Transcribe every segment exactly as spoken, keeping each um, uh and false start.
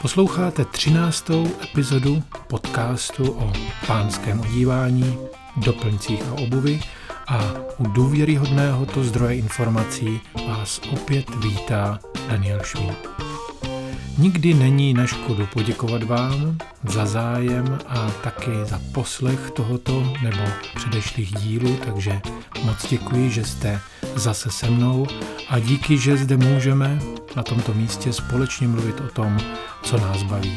Posloucháte třináctou epizodu podcastu o pánském odívání, doplňcích a obuvi a u důvěryhodného to zdroje informací vás opět vítá Daniel Šmíd. Nikdy není na škodu poděkovat vám za zájem a taky za poslech tohoto nebo předešlých dílů, takže moc děkuji, že jste zase se mnou a díky, že zde můžeme na tomto místě společně mluvit o tom, co nás baví.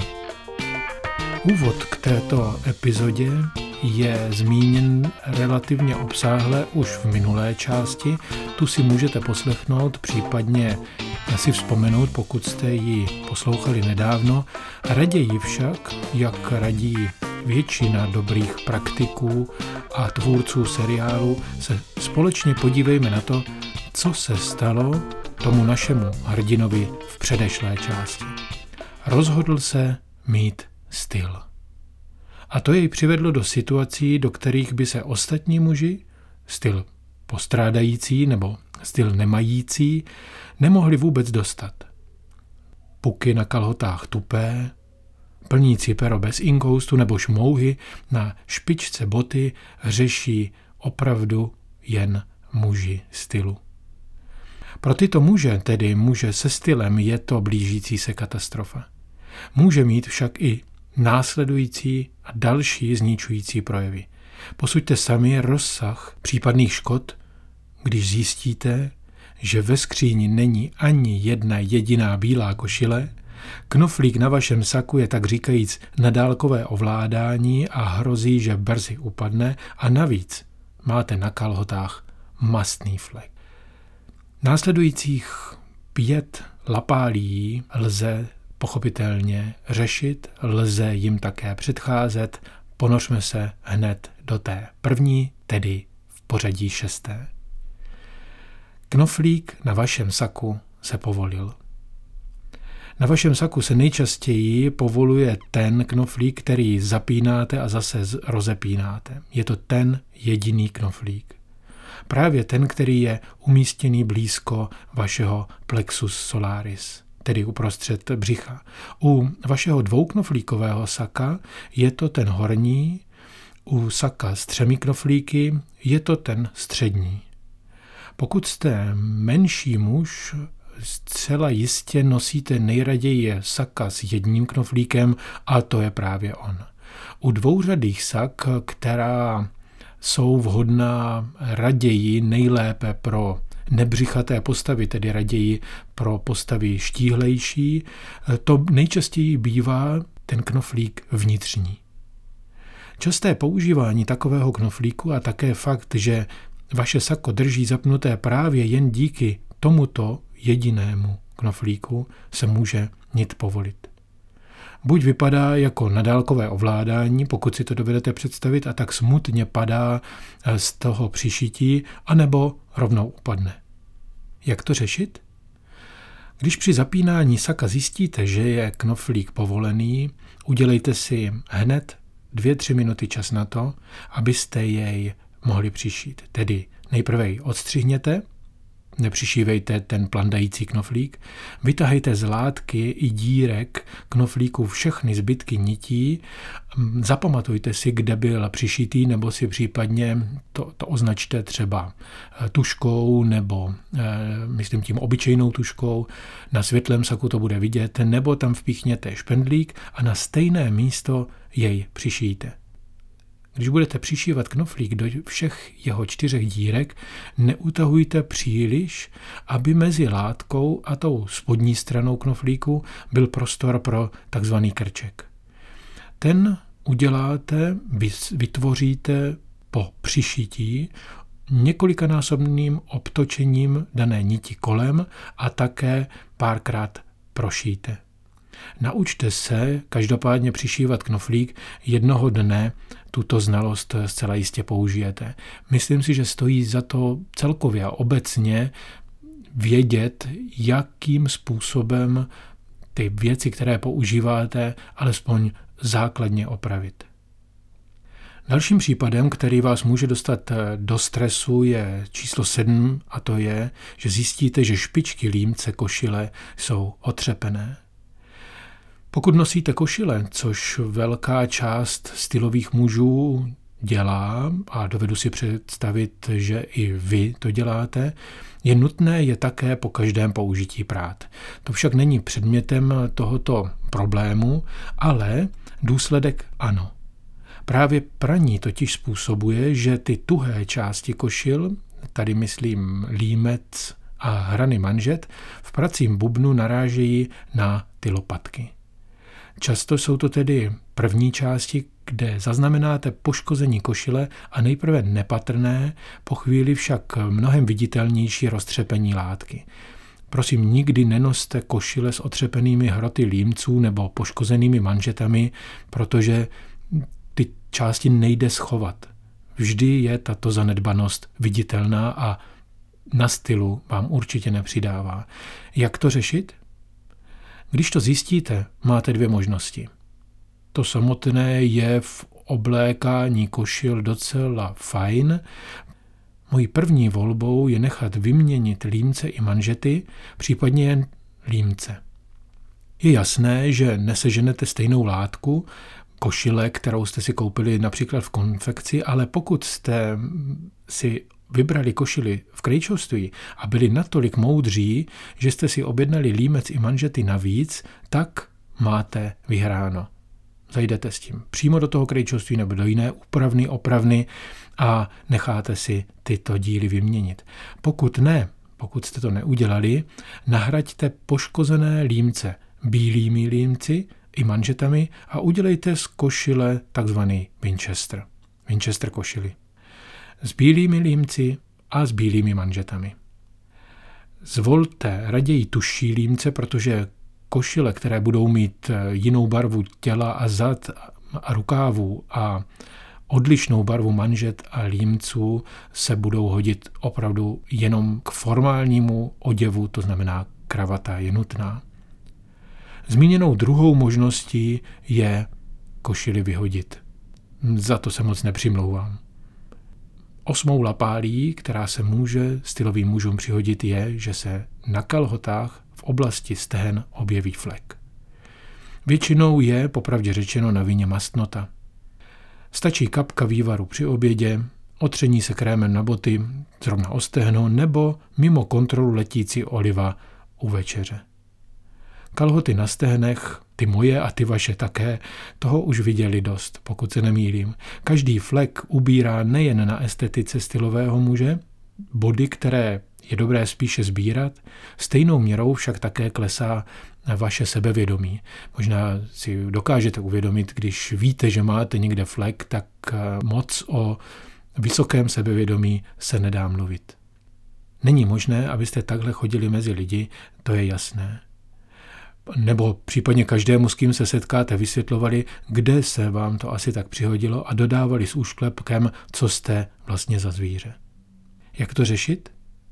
Úvod k této epizodě je zmíněn relativně obsáhle už v minulé části, tu si můžete poslechnout, případně si vzpomenout, pokud jste ji poslouchali nedávno. Raději však, jak radí většina dobrých praktiků a tvůrců seriálu, se společně podívejme na to, co se stalo tomu našemu hrdinovi v předešlé části. Rozhodl se mít styl. A to jej přivedlo do situací, do kterých by se ostatní muži, styl postrádající nebo styl nemající, nemohli vůbec dostat. Puky na kalhotách tupé, plnící pero bez inkoustu nebo šmouhy na špičce boty řeší opravdu jen muži stylu. Pro tyto muže, tedy muže se stylem, je to blížící se katastrofa. Může mít však i následující a další zničující projevy. Posuďte sami rozsah případných škod, když zjistíte, že ve skříni není ani jedna jediná bílá košile, knoflík na vašem saku je tak říkajíc na dálkové ovládání a hrozí, že brzy upadne a navíc máte na kalhotách mastný flek. Následujících pět lapálí lze pochopitelně řešit, lze jim také předcházet. Ponořme se hned do té první, tedy v pořadí šesté. Knoflík na vašem saku se povolil. Na vašem saku se nejčastěji povoluje ten knoflík, který zapínáte a zase rozepínáte. Je to ten jediný knoflík. Právě ten, který je umístěný blízko vašeho plexus solaris, tedy uprostřed břicha. U vašeho dvouknoflíkového saka je to ten horní, u saka s třemi knoflíky je to ten střední. Pokud jste menší muž, zcela jistě nosíte nejraději saka s jedním knoflíkem a to je právě on. U dvouřadých sak, která jsou vhodná raději nejlépe pro nebřichaté postavy, tedy raději pro postavy štíhlejší, to nejčastěji bývá ten knoflík vnitřní. Časté používání takového knoflíku a také fakt, že vaše sako drží zapnuté právě jen díky tomuto jedinému knoflíku, se může nit povolit. Buď vypadá jako nadálkové ovládání, pokud si to dovedete představit, a tak smutně padá z toho přišití, anebo rovnou upadne. Jak to řešit? Když při zapínání saka zjistíte, že je knoflík povolený, udělejte si hned dvě, tři minuty čas na to, abyste jej mohli přišít. Tedy nejprve ji odstřihněte, nepřišívejte ten plandající knoflík, vytahejte z látky i dírek knoflíku všechny zbytky nití, zapamatujte si, kde byl přišitý, nebo si případně to, to označte třeba tuškou nebo myslím tím obyčejnou tuškou, na světlém saku to bude vidět, nebo tam vpíchněte špendlík a na stejné místo jej přišijte. Když budete přišívat knoflík do všech jeho čtyřech dírek, neutahujte příliš, aby mezi látkou a tou spodní stranou knoflíku byl prostor pro takzvaný krček. Ten uděláte, vytvoříte po přišití několikanásobným obtočením dané niti kolem a také párkrát prošijte. Naučte se každopádně přišívat knoflík, jednoho dne tuto znalost zcela jistě použijete. Myslím si, že stojí za to celkově a obecně vědět, jakým způsobem ty věci, které používáte, alespoň základně opravit. Dalším případem, který vás může dostat do stresu, je číslo sedm a to je, že zjistíte, že špičky límce košile jsou otřepené. Pokud nosíte košile, což velká část stylových mužů dělá, a dovedu si představit, že i vy to děláte, je nutné je také po každém použití prát. To však není předmětem tohoto problému, ale důsledek ano. Právě praní totiž způsobuje, že ty tuhé části košil, tady myslím límec a hrany manžet, v pracím bubnu narážejí na ty lopatky. Často jsou to tedy první části, kde zaznamenáte poškození košile a nejprve nepatrné, po chvíli však mnohem viditelnější roztřepení látky. Prosím, nikdy nenoste košile s otřepenými hroty límců nebo poškozenými manžetami, protože ty části nejde schovat. Vždy je tato zanedbanost viditelná a na stylu vám určitě nepřidává. Jak to řešit? Když to zjistíte, máte dvě možnosti. To samotné je v oblékání košil docela fajn. Mojí první volbou je nechat vyměnit límce i manžety, případně jen límce. Je jasné, že neseženete stejnou látku, košile, kterou jste si koupili například v konfekci, ale pokud jste si vybrali košili v krejčovství a byli natolik moudří, že jste si objednali límec i manžety navíc, tak máte vyhráno. Zajdete s tím přímo do toho krejčovství nebo do jiné úpravny, opravny a necháte si tyto díly vyměnit. Pokud ne, pokud jste to neudělali, nahraďte poškozené límce bílými límci i manžetami a udělejte z košile takzvaný Winchester. Winchester košily. S bílými límci a s bílými manžetami. Zvolte raději tužší límce, protože košile, které budou mít jinou barvu těla a zad a rukávů a odlišnou barvu manžet a límců, se budou hodit opravdu jenom k formálnímu oděvu, to znamená kravata je nutná. Zmíněnou druhou možností je košili vyhodit. Za to se moc nepřimlouvám. Osmou lapálí, která se může stylovým mužům přihodit, je, že se na kalhotách v oblasti stehen objeví flek. Většinou je, popravdě řečeno, na vině mastnota. Stačí kapka vývaru při obědě, otření se krémem na boty, zrovna o stehno, nebo mimo kontrolu letící oliva u večeře. Kalhoty na stehnech, ty moje a ty vaše také, toho už viděli dost, pokud se nemýlím. Každý flek ubírá nejen na estetice stylového muže, body, které je dobré spíše sbírat, stejnou měrou však také klesá vaše sebevědomí. Možná si dokážete uvědomit, když víte, že máte někde flek, tak moc o vysokém sebevědomí se nedá mluvit. Není možné, abyste takhle chodili mezi lidi, to je jasné. Nebo případně každému, s kým se setkáte, vysvětlovali, kde se vám to asi tak přihodilo a dodávali s úšklepkem, co jste vlastně za zvíře. Jak to řešit?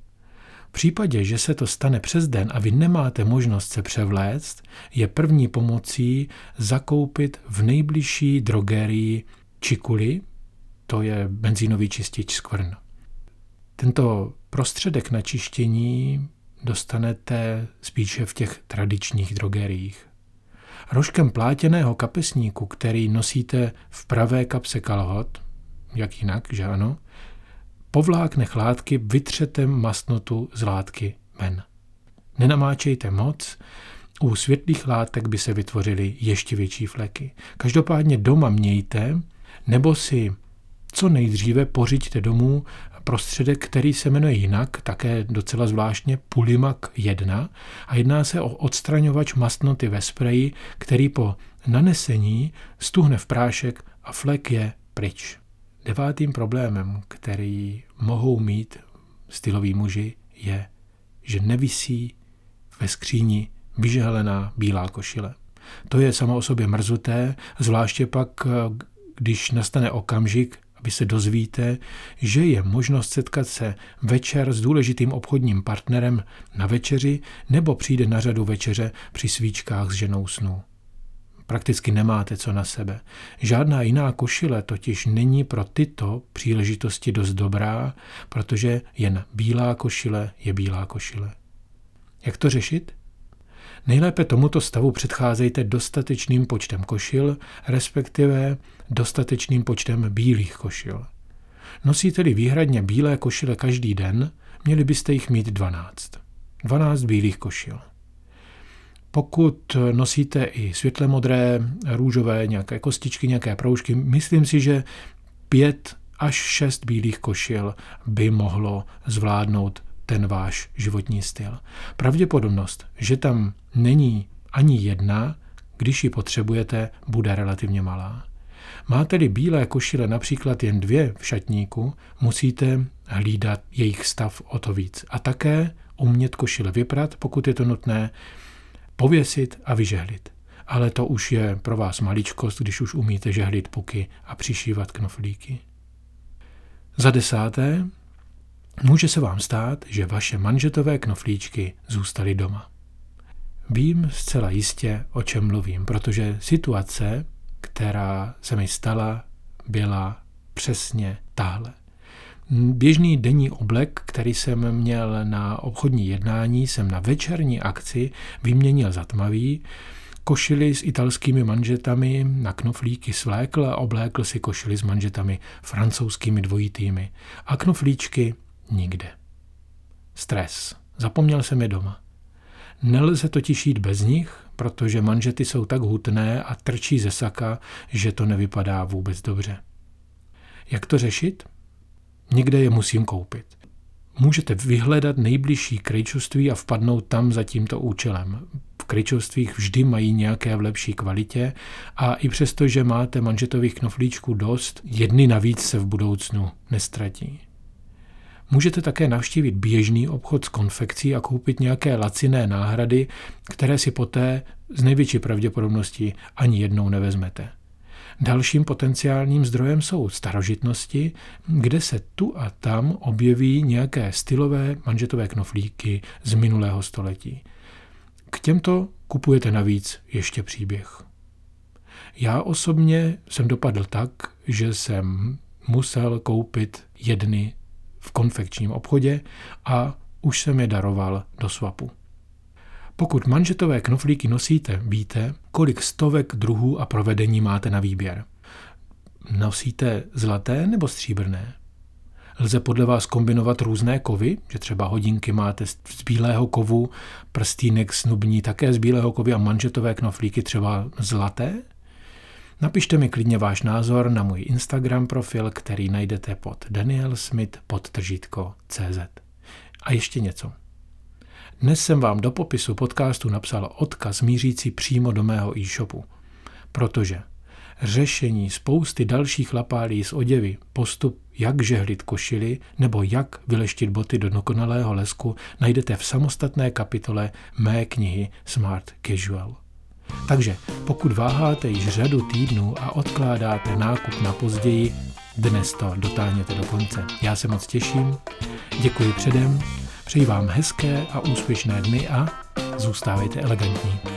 V případě, že se to stane přes den a vy nemáte možnost se převléct, je první pomocí zakoupit v nejbližší drogerii čikuli, to je benzínový čistič skvrn. Tento prostředek na čištění dostanete spíše v těch tradičních drogeriích. Rožkem plátěného kapesníku, který nosíte v pravé kapse kalhot, jak jinak, že ano, povlákne látky, vytřete mastnotu z látky ven. Nenamáčejte moc, u světlých látek by se vytvořily ještě větší fleky. Každopádně doma mějte, nebo si co nejdříve pořiďte domů prostředek, který se jmenuje jinak, také docela zvláštně Pulimac jedna a jedná se o odstraňovač mastnoty ve spreji, který po nanesení stuhne v prášek a flek je pryč. Devátým problémem, který mohou mít styloví muži, je, že nevisí ve skříni vyžehlená bílá košile. To je samo o sobě mrzuté, zvláště pak, když nastane okamžik, vy se dozvíte, že je možnost setkat se večer s důležitým obchodním partnerem na večeři nebo přijde na řadu večeře při svíčkách s ženou snů. Prakticky nemáte co na sebe. Žádná jiná košile totiž není pro tyto příležitosti dost dobrá, protože jen bílá košile je bílá košile. Jak to řešit? Nejlépe tomuto stavu předcházejte dostatečným počtem košil, respektive dostatečným počtem bílých košil. Nosíte-li výhradně bílé košile každý den, měli byste jich mít dvanáct. dvanáct bílých košil. Pokud nosíte i světle modré, růžové, nějaké kostičky, nějaké proužky, myslím si, že pět až šest bílých košil by mohlo zvládnout ten váš životní styl. Pravděpodobnost, že tam není ani jedna, když ji potřebujete, bude relativně malá. Máte-li bílé košile například jen dvě v šatníku, musíte hlídat jejich stav o to víc. A také umět košile vyprat, pokud je to nutné, pověsit a vyžehlit. Ale to už je pro vás maličkost, když už umíte žehlit puky a přišívat knoflíky. Za desáté, může se vám stát, že vaše manžetové knoflíčky zůstaly doma. Vím zcela jistě, o čem mluvím, protože situace, která se mi stala, byla přesně tahle. Běžný denní oblek, který jsem měl na obchodní jednání, jsem na večerní akci vyměnil za tmavý, košili s italskými manžetami na knoflíky svlékl a oblékl si košili s manžetami francouzskými dvojitými. A knoflíčky nikde. Stres. Zapomněl jsem je doma. Nelze totiž jít bez nich, protože manžety jsou tak hutné a trčí ze saka, že to nevypadá vůbec dobře. Jak to řešit? Někde je musím koupit. Můžete vyhledat nejbližší krejčovství a vpadnout tam za tímto účelem. V krejčovstvích vždy mají nějaké v lepší kvalitě a i přesto, že máte manžetových knoflíčků dost, jedny navíc se v budoucnu nestratí. Můžete také navštívit běžný obchod s konfekcí a koupit nějaké laciné náhrady, které si poté z největší pravděpodobností ani jednou nevezmete. Dalším potenciálním zdrojem jsou starožitnosti, kde se tu a tam objeví nějaké stylové manžetové knoflíky z minulého století. K těmto kupujete navíc ještě příběh. Já osobně jsem dopadl tak, že jsem musel koupit jedny v konfekčním obchodě a už jsem je daroval do swapu. Pokud manžetové knoflíky nosíte, víte, kolik stovek druhů a provedení máte na výběr. Nosíte zlaté nebo stříbrné? Lze podle vás kombinovat různé kovy, že třeba hodinky máte z bílého kovu, prstýnek snubní také z bílého kovy a manžetové knoflíky třeba zlaté? Napište mi klidně váš názor na můj Instagram profil, který najdete pod danielsmith podtržítko cé zet. A ještě něco. Dnes jsem vám do popisu podcastu napsal odkaz mířící přímo do mého e-shopu, protože řešení spousty dalších lapálí z oděvy, postup, jak žehlit košili nebo jak vyleštit boty do dokonalého lesku, najdete v samostatné kapitole mé knihy Smart Casual. Takže pokud váháte již řadu týdnů a odkládáte nákup na později, dnes to dotáhněte do konce. Já se moc těším, děkuji předem, přeji vám hezké a úspěšné dny a zůstávejte elegantní.